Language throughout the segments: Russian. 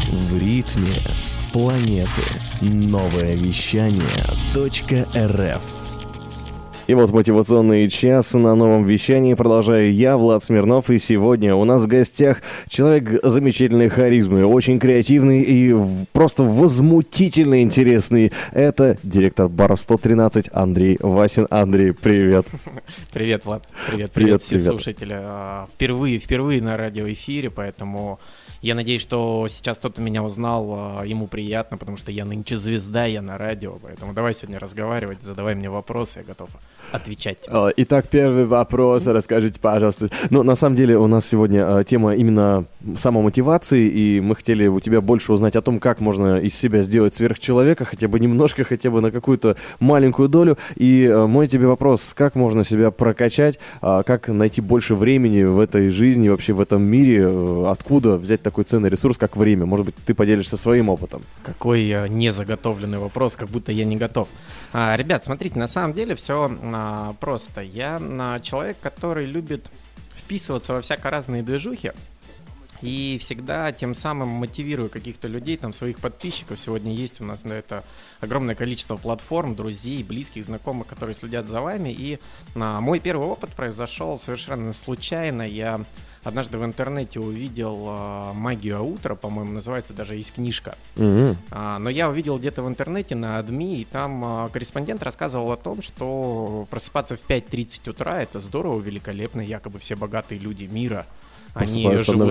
В ритме планеты. Новое вещание .рф. И вот мотивационный час на новом вещании продолжаю я, Влад Смирнов, и сегодня у нас в гостях человек замечательной харизмы, очень креативный и просто возмутительно интересный. Это директор бара 113 Андрей Васин. Андрей, привет. Привет, Влад. Привет все слушатели. Впервые на радиоэфире, поэтому я надеюсь, что сейчас кто-то меня узнал, ему приятно, потому что я нынче звезда, я на радио, поэтому давай сегодня разговаривать, задавай мне вопросы, я готов отвечать. Итак, первый вопрос, расскажите, пожалуйста. Ну, на самом деле, у нас сегодня тема именно самомотивации, и мы хотели у тебя больше узнать о том, как можно из себя сделать сверхчеловека, хотя бы немножко, хотя бы на какую-то маленькую долю. И мой тебе вопрос, как можно себя прокачать, как найти больше времени в этой жизни, вообще в этом мире, откуда взять такой ценный ресурс, как время? Может быть, ты поделишься своим опытом? Какой незаготовленный вопрос, как будто я не готов. Ребят, смотрите, на самом деле все просто. Я человек, который любит вписываться во всяко разные движухи и всегда тем самым мотивирую каких-то людей, там, своих подписчиков. Сегодня есть у нас на это огромное количество платформ, друзей, близких, знакомых, которые следят за вами. И мой первый опыт произошел совершенно случайно. Я однажды в интернете увидел «Магию утра», по-моему, называется, даже есть книжка. Но я увидел где-то в интернете на АДМИ, и там корреспондент рассказывал о том, что просыпаться в 5:30 утра — это здорово, великолепно, якобы все богатые люди мира, они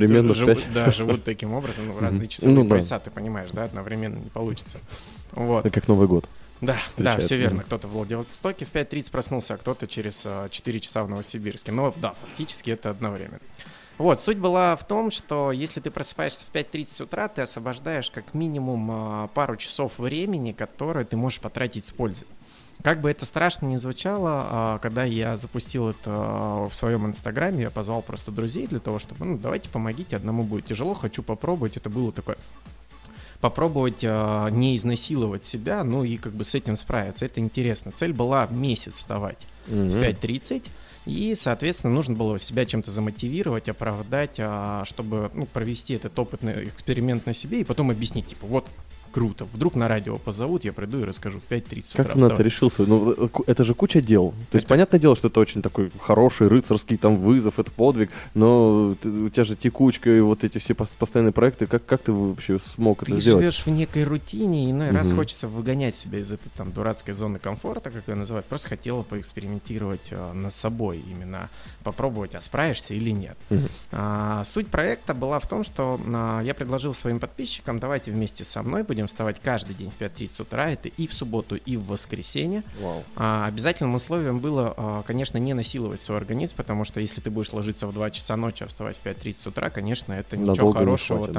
живут таким образом, в разные часовые пояса, ты понимаешь, да, одновременно не получится. Вот. Это как Новый год. Да, все верно. Кто-то в Владивостоке в 5:30 проснулся, а кто-то через 4 часа в Новосибирске. Но да, фактически это одновременно. Вот, суть была в том, что если ты просыпаешься в 5:30 утра, ты освобождаешь как минимум пару часов времени, которые ты можешь потратить с пользой. Как бы это страшно ни звучало, когда я запустил это в своем инстаграме, я позвал просто друзей для того, чтобы, давайте помогите, одному будет тяжело, хочу попробовать. Это было такое, попробовать не изнасиловать себя, и как бы с этим справиться. Это интересно. Цель была месяц вставать в 5:30. И, соответственно, нужно было себя чем-то замотивировать, оправдать, чтобы провести этот опытный эксперимент на себе и потом объяснить, типа, вот, круто, вдруг на радио позовут, я приду и расскажу в 5:30 утра. Как ты на это решился? Это же куча дел. То есть, понятное дело, что это очень такой хороший рыцарский там вызов, это подвиг, но у тебя же текучка и вот эти все постоянные проекты. Как ты вообще смог это сделать? Ты живешь в некой рутине, и иной раз хочется выгонять себя из этой там дурацкой зоны комфорта, как ее называют. Просто хотела поэкспериментировать над собой, именно попробовать, справишься или нет. Суть проекта была в том, что я предложил своим подписчикам, давайте вместе со мной будем вставать каждый день в 5:30 утра, это и в субботу, и в воскресенье. Обязательным условием было, конечно, не насиловать свой организм, потому что если ты будешь ложиться в 2 часа ночи, а вставать в 5:30 утра, конечно, это ничего хорошего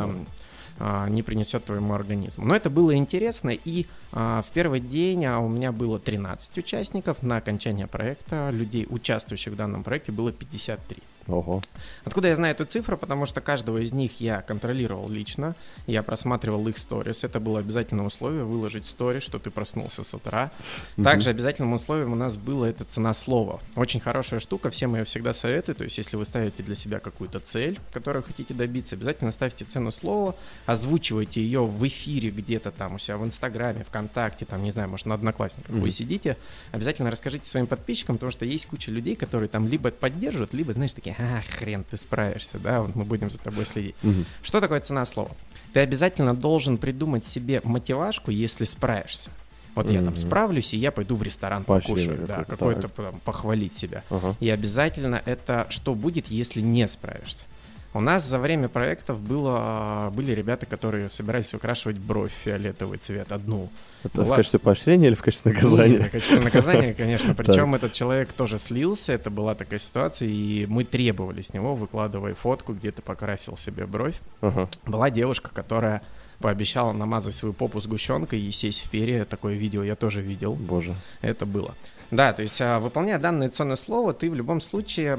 не принесет твоему организму. Но это было интересно, и в первый день у меня было 13 участников, на окончание проекта людей, участвующих в данном проекте, было 53. Ого. Откуда я знаю эту цифру? Потому что каждого из них я контролировал лично, я просматривал их сторис, это было обязательное условие выложить сторис, что ты проснулся с утра. Также обязательным условием у нас было это цена слова. Очень хорошая штука, всем ее всегда советую, то есть если вы ставите для себя какую-то цель, которую хотите добиться, обязательно ставьте цену слова, озвучивайте ее в эфире где-то там у себя в Инстаграме, ВКонтакте, там, не знаю, может, на Одноклассниках вы сидите, обязательно расскажите своим подписчикам, потому что есть куча людей, которые там либо поддерживают, либо, знаешь, такие, хрен, ты справишься, да, вот мы будем за тобой следить. Что такое цена слова? Ты обязательно должен придумать себе мотивашку, если справишься. Вот я там справлюсь, и я пойду в ресторан покушаю, да, какой-то похвалить себя. И обязательно это что будет, если не справишься. У нас за время проектов были ребята, которые собирались выкрашивать бровь в фиолетовый цвет, одну. Это в качестве поощрения или в качестве наказания? В качестве наказания, конечно. Причем этот человек тоже слился, это была такая ситуация, и мы требовали с него, выкладывая фотку, где ты покрасил себе бровь. Была девушка, которая пообещала намазать свою попу сгущенкой и сесть в перья. Такое видео я тоже видел. Боже. Это было. Да, то есть, выполняя данное ценное слово, ты в любом случае...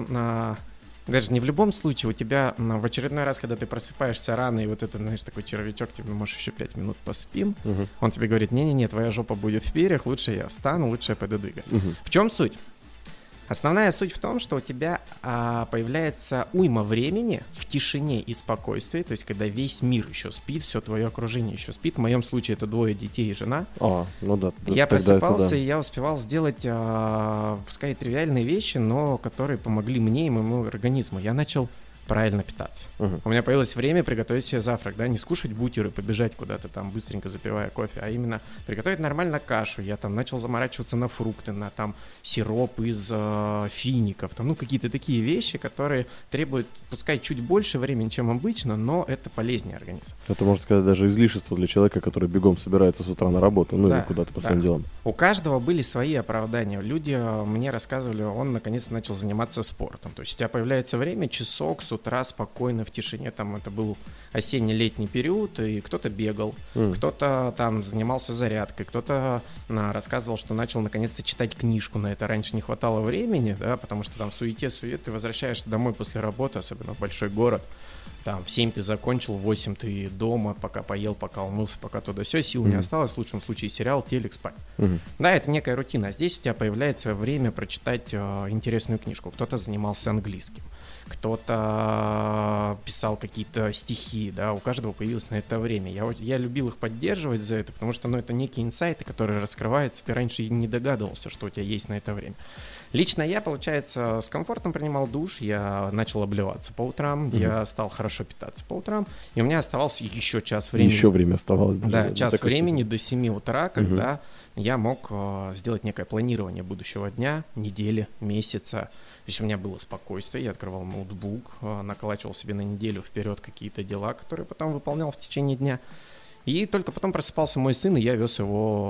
Даже не в любом случае, у тебя в очередной раз, когда ты просыпаешься рано, и вот это, знаешь, такой червячок, тебе можешь еще 5 минут поспим, он тебе говорит, не-не-не, твоя жопа будет в перьях, лучше я встану, лучше я пойду двигаться. В чем суть? Основная суть в том, что у тебя появляется уйма времени в тишине и спокойствии, то есть когда весь мир еще спит, все твое окружение еще спит. В моем случае это 2 детей и жена. Ну да. Я просыпался, и я успевал сделать, пускай тривиальные вещи, но которые помогли мне и моему организму. Я начал правильно питаться. У меня появилось время приготовить себе завтрак, да, не скушать бутеры, побежать куда-то там, быстренько запивая кофе, а именно приготовить нормально кашу. Я там начал заморачиваться на фрукты, на там сироп из фиников, там, ну, какие-то такие вещи, которые требуют, пускай чуть больше времени, чем обычно, но это полезнее организм. Это, можно сказать, даже излишество для человека, который бегом собирается с утра на работу, ну, или куда-то по своим делам. У каждого были свои оправдания. Люди мне рассказывали, он наконец начал заниматься спортом. То есть у тебя появляется время, часок с утра спокойно в тишине, там это был осенне-летний период, и кто-то бегал, кто-то там занимался зарядкой, кто-то рассказывал, что начал наконец-то читать книжку, на это раньше не хватало времени, да, потому что там в суете-сует, ты возвращаешься домой после работы, особенно в большой город, там в 7 ты закончил, в 8 ты дома, пока поел, пока умылся, пока туда-сё, сил не осталось, в лучшем случае сериал, телек, спать. Да, это некая рутина, а здесь у тебя появляется время прочитать интересную книжку, кто-то занимался английским, кто-то писал какие-то стихи, да, у каждого появилось на это время. Я любил их поддерживать за это, потому что, ну, это некие инсайты, которые раскрываются, ты раньше и не догадывался, что у тебя есть на это время. Лично я, получается, с комфортом принимал душ, я начал обливаться по утрам, я стал хорошо питаться по утрам, и у меня оставался еще час времени. Еще время оставалось. Да, час времени до 7 утра, когда я мог сделать некое планирование будущего дня, недели, месяца. То есть у меня было спокойствие, я открывал ноутбук, наколачивал себе на неделю вперед какие-то дела, которые потом выполнял в течение дня. И только потом просыпался мой сын, и я вез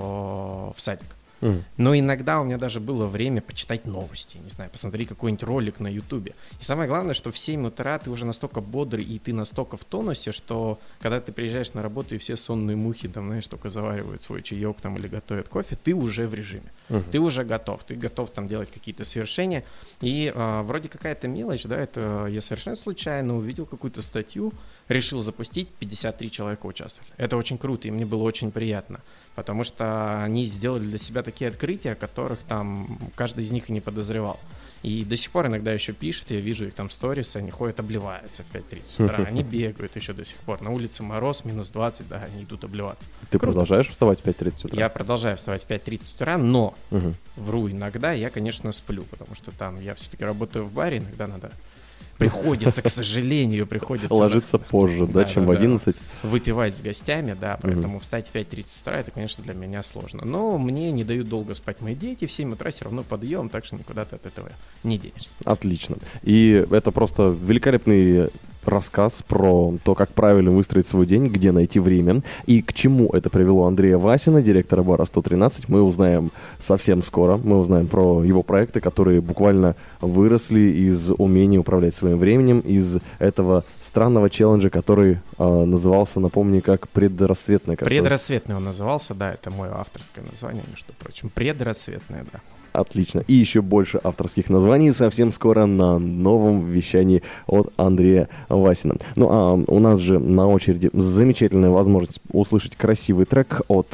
его в садик. Но иногда у меня даже было время почитать новости, не знаю, посмотреть какой-нибудь ролик на Ютубе. И самое главное, что в 7 утра ты уже настолько бодрый и ты настолько в тонусе, что когда ты приезжаешь на работу и все сонные мухи там, знаешь, только заваривают свой чаек там или готовят кофе, ты уже в режиме. Ты уже готов, ты готов там делать какие-то свершения. И вроде какая-то мелочь, да, это я совершенно случайно увидел какую-то статью, решил запустить, 53 человека участвовали. Это очень круто, и мне было очень приятно, потому что они сделали для себя такие открытия, о которых там каждый из них и не подозревал. И до сих пор иногда еще пишут, я вижу их там сторис, они ходят, обливаются в 5:30 утра, они бегают еще до сих пор. На улице мороз, минус 20, да, они идут обливаться. Ты продолжаешь вставать в 5:30 утра? Я продолжаю вставать в 5:30 утра, но вру иногда, я, конечно, сплю, потому что там я все-таки работаю в баре, иногда надо... Приходится, к сожалению, ложиться позже, да, чем в 11. Выпивать с гостями, да, поэтому встать в 5:30 утра, это, конечно, для меня сложно. Но мне не дают долго спать мои дети, в 7 утра все равно подъем, так что никуда ты от этого не денешься. Отлично. И это просто великолепный рассказ про то, как правильно выстроить свой день, где найти время и к чему это привело Андрея Васина, директора бара 113. Мы узнаем совсем скоро. Мы узнаем про его проекты, которые буквально выросли из умения управлять своим временем, из этого странного челленджа, который назывался, напомни, как «Предрассветное». «Предрассветный» он назывался, да, это мое авторское название, между прочим. «Предрассветное», да. Отлично. И еще больше авторских названий совсем скоро на новом вещании от Андрея Васина. Ну а у нас же на очереди замечательная возможность услышать красивый трек от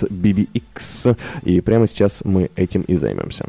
BBX. И прямо сейчас мы этим и займемся.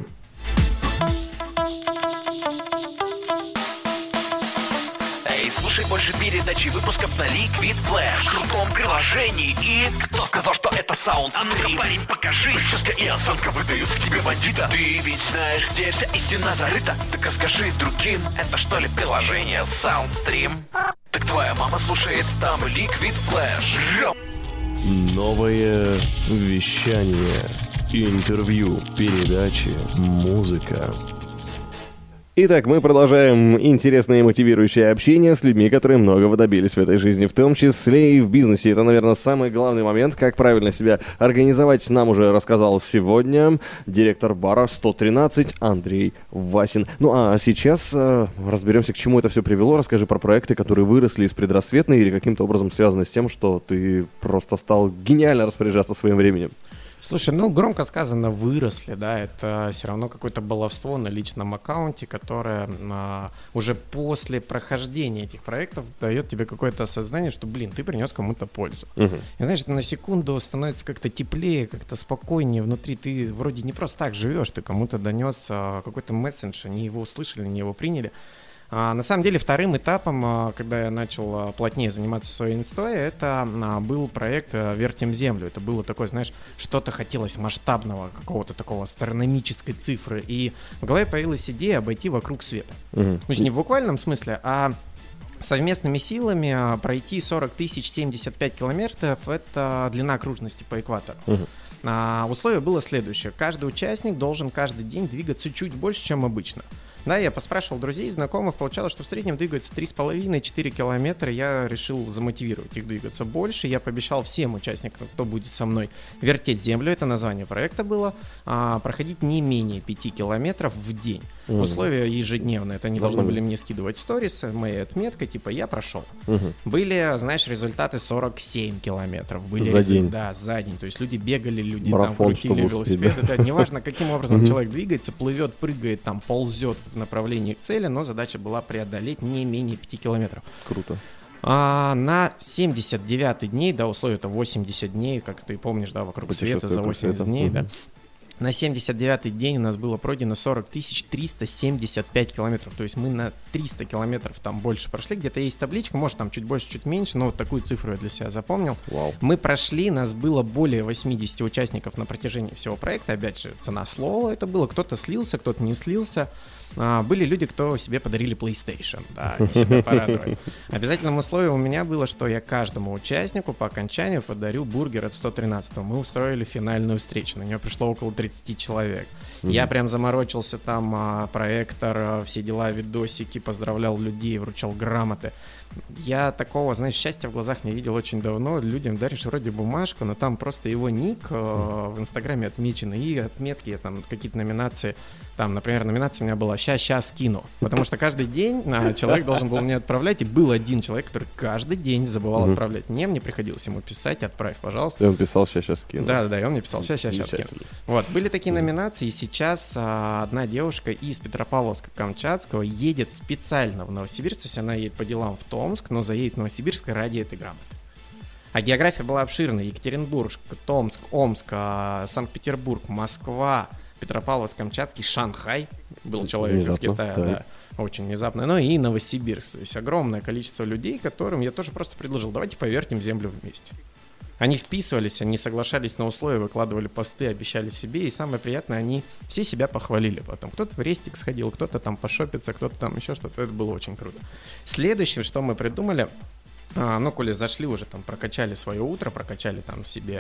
Слушай больше передачи выпусков на Liquid Flash, в крутом приложении. И кто сказал, что это Soundstream? А ну-ка, парень, покажи. Прическа и осанка выдают в тебе бандита. Ты ведь знаешь, где вся истина зарыта. Так расскажи другим, это что ли приложение Soundstream? Так твоя мама слушает там Liquid Flash. Новое вещание, интервью, передачи, музыка. Итак, мы продолжаем интересное и мотивирующее общение с людьми, которые многого добились в этой жизни, в том числе и в бизнесе. Это, наверное, самый главный момент, как правильно себя организовать, нам уже рассказал сегодня директор бара 113 Андрей Васин. Ну а сейчас разберемся, к чему это все привело. Расскажи про проекты, которые выросли из предрассветной или каким-то образом связаны с тем, что ты просто стал гениально распоряжаться своим временем. Слушай, ну, громко сказано, выросли, да, это все равно какое-то баловство на личном аккаунте, которое уже после прохождения этих проектов дает тебе какое-то осознание, что, блин, ты принес кому-то пользу. И знаешь, на секунду становится как-то теплее, как-то спокойнее внутри, ты вроде не просто так живешь, ты кому-то донес какой-то месседж, они его услышали, они его приняли. На самом деле, вторым этапом, когда я начал плотнее заниматься своей инстой, это был проект «Вертим Землю». Это было такое, знаешь, что-то хотелось масштабного, какого-то такого астрономической цифры. И в голове появилась идея обойти вокруг света. То есть не в буквальном смысле, а совместными силами пройти 40 075 километров – это длина окружности по экватору. Условие было следующее. Каждый участник должен каждый день двигаться чуть больше, чем обычно. Да, я поспрашивал друзей, знакомых, получалось, что в среднем двигаются 3,5-4 километра. Я решил замотивировать их двигаться больше. Я пообещал всем участникам, кто будет со мной, вертеть землю, это название проекта было, проходить не менее 5 километров в день. Условия ежедневные, это они должны были мне скидывать сторис, моей отметкой, типа я прошел. Были, знаешь, результаты 47 километров. Были за день? Да, за день. То есть люди бегали, люди марафон, там крутили велосипеды. Да, неважно, каким образом человек двигается, плывет, прыгает, там ползет в направлении к цели, но задача была преодолеть не менее 5 километров. Круто. На 79 дней, да, условие это 80 дней, как ты помнишь, да, вокруг света за 80 дней, да. На 79-й день у нас было пройдено 40 375 километров. То есть мы на 300 километров там больше прошли. Где-то есть табличка, может там чуть больше, чуть меньше, но вот такую цифру я для себя запомнил. Вау. Мы прошли, нас было более 80 участников на протяжении всего проекта. Опять же, цена слова это было. Кто-то слился, кто-то не слился. Были люди, кто себе подарили PlayStation, да, они себя порадовали. Обязательным условием у меня было, что я каждому участнику по окончанию подарю бургер от 113. Мы устроили финальную встречу, на нее пришло около 30 человек. Я прям заморочился там, проектор, все дела, видосики, поздравлял людей, вручал грамоты. Я такого, знаешь, счастья в глазах не видел очень давно. Людям даришь вроде бумажку, но там просто его ник в Инстаграме отмечен, и отметки, там какие-то номинации. Там, например, номинация у меня была «Ща скину». Потому что каждый день человек должен был мне отправлять, и был один человек, который каждый день забывал отправлять. Мне приходилось ему писать: отправь, пожалуйста. И он писал «Ща скину». Да, и он мне писал «Ща скину». Вот, были такие номинации, и сейчас одна девушка из Петропавловска-Камчатского едет специально в Новосибирск, то есть она едет по делам в Томск, но заедет в Новосибирск ради этой грамоты. А география была обширная: Екатеринбург, Томск, Омск, Санкт-Петербург, Москва, Петропавловск-Камчатский, Шанхай, был человек внезапно, из Китая, да, очень внезапно, но и Новосибирск, то есть огромное количество людей, которым я тоже просто предложил: давайте повертим землю вместе. Они вписывались, они соглашались на условия, выкладывали посты, обещали себе, и самое приятное, они все себя похвалили потом. Кто-то в рестик сходил, кто-то там пошопится, кто-то там еще что-то, это было очень круто. Следующее, что мы придумали, коли зашли уже, там, прокачали свое утро, прокачали там себе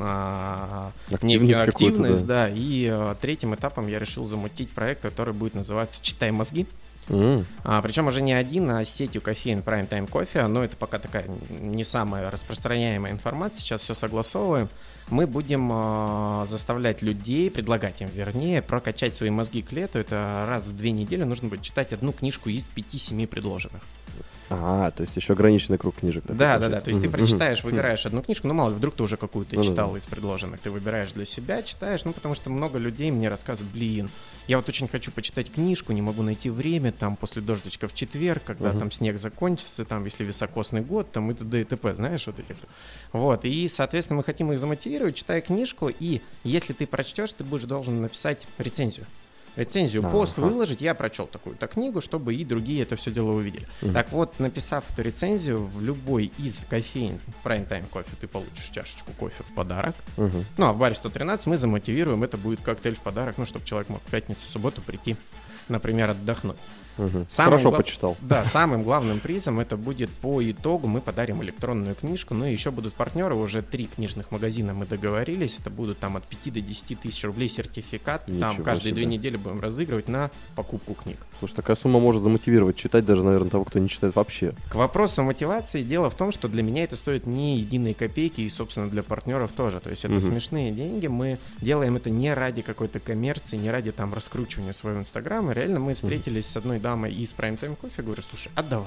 активность, да, и третьим этапом я решил замутить проект, который будет называться «Читай мозги». Причем уже не один, а с сетью кофеин Prime Time Coffee, но это пока такая не самая распространяемая информация, сейчас все согласовываем. Мы будем заставлять людей, предлагать им, вернее, прокачать свои мозги к лету. Это раз в 2 недели нужно будет читать одну книжку из 5-7 предложенных. То есть еще ограниченный круг книжек. Да. То есть ты прочитаешь, выбираешь одну книжку, мало ли, вдруг ты уже какую-то читал из предложенных. Ты выбираешь для себя, читаешь, потому что много людей мне рассказывают: блин, я вот очень хочу почитать книжку, не могу найти время, там, после дождичка в четверг, когда там снег закончится, там, если високосный год, там, и т.д. и т.п., знаешь, вот этих. Вот, и, соответственно, мы хотим их замотивировать, читая книжку, и если ты прочтешь, ты будешь должен написать рецензию, пост выложить: я прочел такую-то книгу, чтобы и другие это все дело увидели. Так вот, написав эту рецензию, в любой из кофеин Prime Time Coffee ты получишь чашечку кофе в подарок. А в баре 113 мы замотивируем, это будет коктейль в подарок, чтобы человек мог в пятницу, субботу прийти, например, отдохнуть. Хорошо почитал. Да, самым главным призом это будет по итогу мы подарим электронную книжку, но еще будут партнеры, уже 3 книжных магазина мы договорились, это будут там от 5 до 10 тысяч рублей сертификат, там каждые 2 недели будем разыгрывать на покупку книг. Слушай, такая сумма может замотивировать читать даже, наверное, того, кто не читает вообще. К вопросу мотивации, дело в том, что для меня это стоит не единой копейки, и, собственно, для партнеров тоже, то есть это смешные деньги, мы делаем это не ради какой-то коммерции, не ради там раскручивания своего инстаграма, реально мы встретились с одной дамой из Prime Time Coffee, говорю: слушай, отдавай.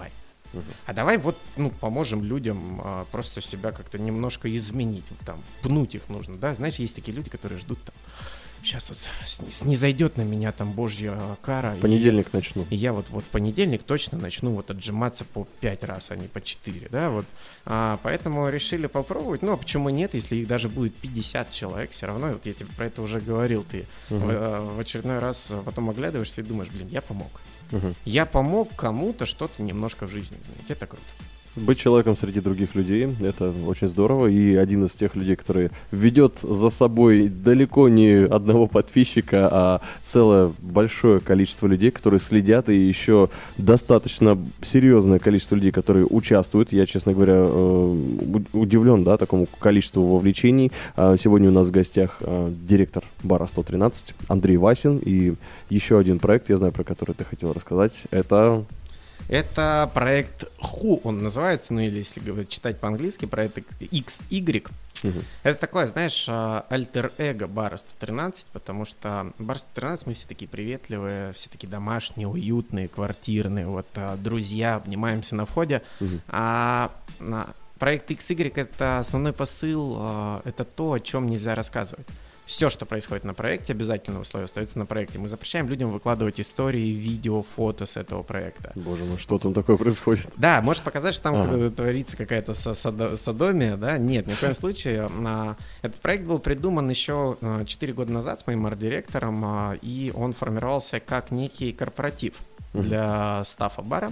А давай вот, поможем людям просто себя как-то немножко изменить, там, пнуть их нужно, да? Знаешь, есть такие люди, которые ждут там, сейчас вот снизойдет на меня там божья кара. В понедельник начну. И я вот в понедельник точно начну вот отжиматься по 5 раз, а не по 4, да, вот. Поэтому решили попробовать, а почему нет, если их даже будет 50 человек, все равно, вот я тебе про это уже говорил, ты в очередной раз потом оглядываешься и думаешь, я помог. Я помог кому-то что-то немножко в жизни изменить, это круто. Быть человеком среди других людей — это очень здорово. И один из тех людей, который ведет за собой далеко не одного подписчика, а целое большое количество людей, которые следят, и еще достаточно серьезное количество людей, которые участвуют. Я, честно говоря, удивлен, да, такому количеству вовлечений. Сегодня у нас в гостях директор бара 113 Андрей Васин. И еще один проект, я знаю, про который ты хотел рассказать, Это проект Who, он называется, или если читать по-английски, проект XY. Это такое, знаешь, альтер-эго бара 113, потому что бар 113 мы все такие приветливые, все такие домашние, уютные, квартирные, вот друзья, обнимаемся на входе. А проект XY — это основной посыл, это то, о чем нельзя рассказывать. Все, что происходит на проекте, обязательно условие остается на проекте. Мы запрещаем людям выкладывать истории, видео, фото с этого проекта. Боже мой, что там такое происходит? Да, может показать, что там творится какая-то содомия, да? Нет, ни в коем случае. Этот проект был придуман еще 4 года назад с моим арт-директором, и он формировался как некий корпоратив для стаффа бара.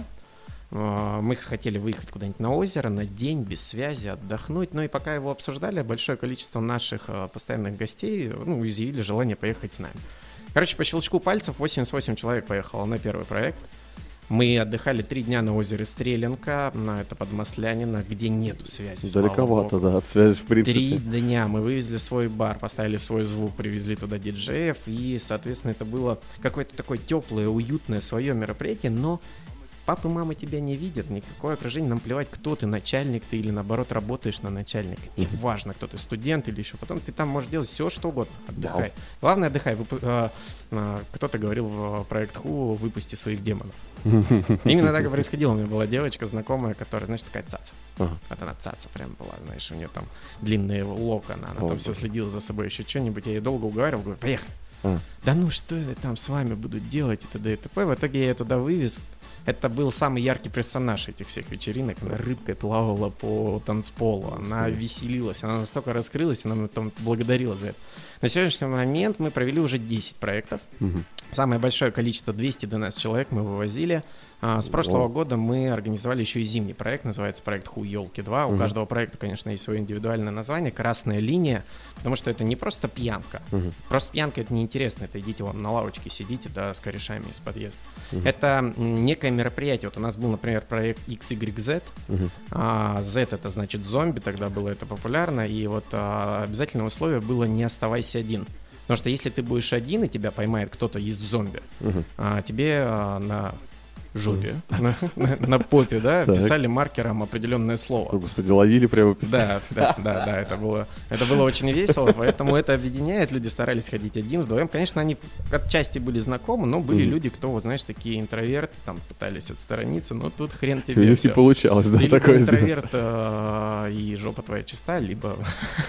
Мы хотели выехать куда-нибудь на озеро на день, без связи, отдохнуть. И пока его обсуждали, большое количество наших постоянных гостей изъявили желание поехать с нами. По щелчку пальцев 88 человек поехало на первый проект. Мы отдыхали 3 дня на озере Стрелянка, это под Маслянино, где нету связи. Далековато, да, от связи в принципе. 3 дня мы вывезли свой бар, поставили свой звук, привезли туда диджеев, и, соответственно, это было какое-то такое теплое, уютное свое мероприятие, но папа и мама тебя не видят, никакое окружение, нам плевать, кто ты, начальник ты или наоборот работаешь на начальника. Не важно, кто ты, студент или еще потом, ты там можешь делать все, что угодно, отдыхай. Главное, отдыхай. Кто-то говорил в проект Who: выпусти своих демонов. Именно так и происходило. У меня была девочка знакомая, которая, знаешь, такая цаца. Вот она цаца прям была, знаешь, у нее там длинные локоны, она там все следила за собой, еще что-нибудь. Я ее долго уговаривал, говорю, поехали. Да что это там с вами будут делать, и т.д. и т.п. В итоге я ее туда вывез. Это был самый яркий персонаж этих всех вечеринок. Она рыбкой плавала по танцполу, она веселилась, она настолько раскрылась, она меня там благодарила за это. На сегодняшний момент мы провели уже 10 проектов. Самое большое количество, 212 человек, мы вывозили. С прошлого года мы организовали еще и зимний проект, называется проект Who Ёлки 2. У каждого проекта, конечно, есть свое индивидуальное название, красная линия, потому что это не просто пьянка. Просто пьянка — это неинтересно, это идите вон на лавочке сидите, да, с корешами из подъезда. Это некое мероприятие. Вот у нас был, например, проект XYZ. Z — это значит зомби, тогда было это популярно, и вот обязательное условие было: не оставайся один. Потому что если ты будешь один и тебя поймает кто-то из зомби, тебе на жопе, на попе, да, писали маркером определенное слово. Господи, ловили прямо писали. Да, это было очень весело, поэтому это объединяет. Люди старались ходить один, вдвоем. Конечно, они отчасти были знакомы, но были люди, кто, вот знаешь, такие интроверты, там пытались отсторониться, но тут хрен тебе. У них не получалось, да, такое сделать. Интроверт и жопа твоя чиста, либо...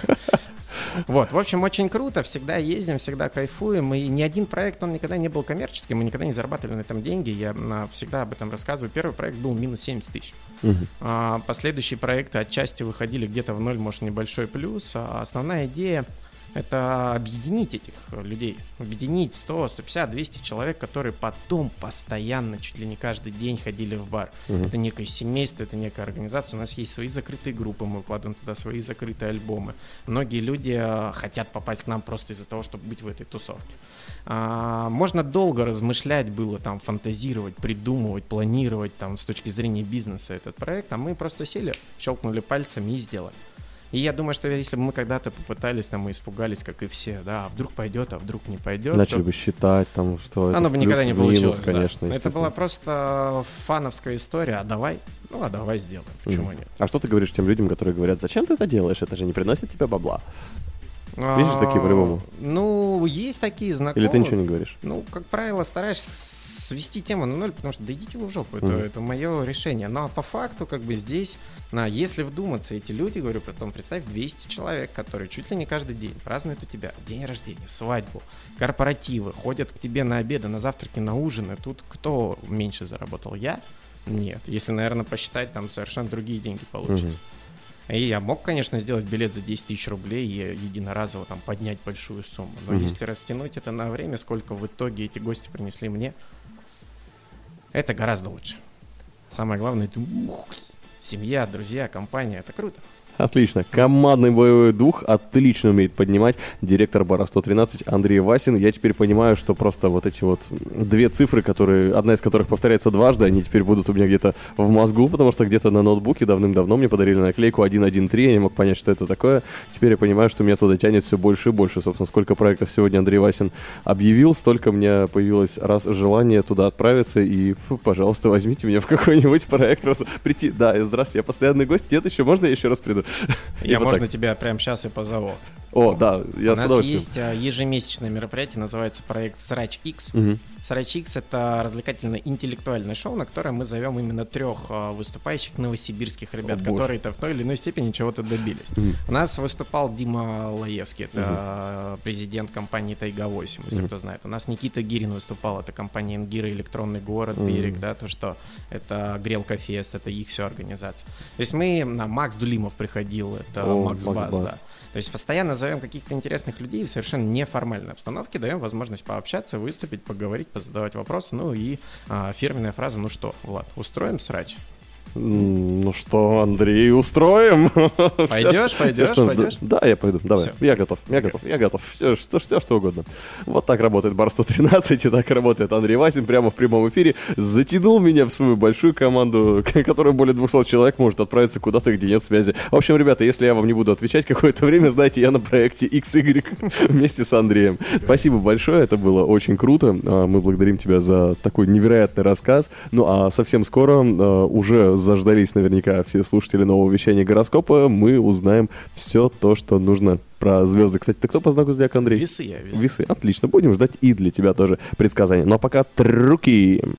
Вот, в общем, очень круто, всегда ездим, всегда кайфуем, и ни один проект, он никогда не был коммерческим, мы никогда не зарабатывали на этом деньги, я всегда об этом рассказываю. Первый проект был минус 70 тысяч. Последующие проекты отчасти выходили где-то в ноль, может, небольшой плюс, а основная идея — это объединить этих людей, объединить 100, 150, 200 человек, которые потом постоянно, чуть ли не каждый день ходили в бар. Это некое семейство, это некая организация. У нас есть свои закрытые группы, мы укладываем туда свои закрытые альбомы. Многие люди хотят попасть к нам просто из-за того, чтобы быть в этой тусовке. Можно долго размышлять было, там, фантазировать, придумывать, планировать там, с точки зрения бизнеса этот проект, а мы просто сели, щелкнули пальцами и сделали. И я думаю, что если бы мы когда-то попытались, там, мы испугались, как и все, да, а вдруг пойдет, а вдруг не пойдет. Начали бы считать, там, что это оно бы никогда не получилось, конечно. Да. Это была просто фановская история, а давай сделаем, почему нет. А что ты говоришь тем людям, которые говорят: зачем ты это делаешь, это же не приносит тебе бабла? Видишь такие по-любому? Ну, есть такие знакомые. Или ты ничего не говоришь? Ну, как правило, стараешься свести тему на ноль, потому что да идите вы в жопу, это мое решение. Но по факту, как бы здесь, если вдуматься, эти люди, говорю, потом представь 200 человек, которые чуть ли не каждый день празднуют у тебя день рождения, свадьбу, корпоративы, ходят к тебе на обеды, на завтраки, на ужины. Тут кто меньше заработал? Я? Нет. Если, наверное, посчитать, там совершенно другие деньги получатся. И я мог, конечно, сделать билет за 10 тысяч рублей и единоразово там поднять большую сумму. Но если растянуть это на время, сколько в итоге эти гости принесли мне, это гораздо лучше. Самое главное, это семья, друзья, компания. Это круто. Отлично. Командный боевой дух отлично умеет поднимать директор бара 113 Андрей Васин. Я теперь понимаю, что просто вот эти вот две цифры, одна из которых повторяется дважды, они теперь будут у меня где-то в мозгу, потому что где-то на ноутбуке давным-давно мне подарили наклейку 113, я не мог понять, что это такое. Теперь я понимаю, что меня туда тянет все больше и больше. Собственно, сколько проектов сегодня Андрей Васин объявил, столько у меня появилось раз желание туда отправиться, и, пожалуйста, возьмите меня в какой-нибудь проект, просто прийти. Да, здравствуйте, я постоянный гость. Нет, еще можно я еще раз приду? Можно тебя прямо сейчас и позову. О, да, я с удовольствием. У нас есть ежемесячное мероприятие, называется проект Срач X. Срач X — это развлекательно-интеллектуальное шоу, на которое мы зовем именно 3 выступающих новосибирских ребят, которые-то в той или иной степени чего-то добились. У нас выступал Дима Лаевский, это президент компании Тайга-8, если кто знает. У нас Никита Гирин выступал, это компания Ингира, электронный город, Берег, да, то что это Грелка Фест, это их все организация. То есть Макс Дулимов приходил, это Макс Бас, да. То есть постоянно зовем каких-то интересных людей в совершенно неформальной обстановке, даем возможность пообщаться, выступить, поговорить, позадавать вопросы. Ну и фирменная фраза: ну что, Влад, устроим срач? Ну что, Андрей, устроим? Пойдешь? Да, я пойду, давай. Я готов. Все, что угодно. Вот так работает бар 113, и так работает Андрей Васин прямо в прямом эфире. Затянул меня в свою большую команду, которая более 200 человек может отправиться куда-то, где нет связи. В общем, ребята, если я вам не буду отвечать какое-то время, знаете, я на проекте XY вместе с Андреем. Спасибо большое, это было очень круто. Мы благодарим тебя за такой невероятный рассказ. Ну а совсем скоро уже заждались наверняка все слушатели нового вещания гороскопа. Мы узнаем все то, что нужно про звезды. Кстати, ты кто по знаку зодиака, Андрей? Весы. Весы. Отлично. Будем ждать и для тебя тоже предсказания. Ну а пока трюки.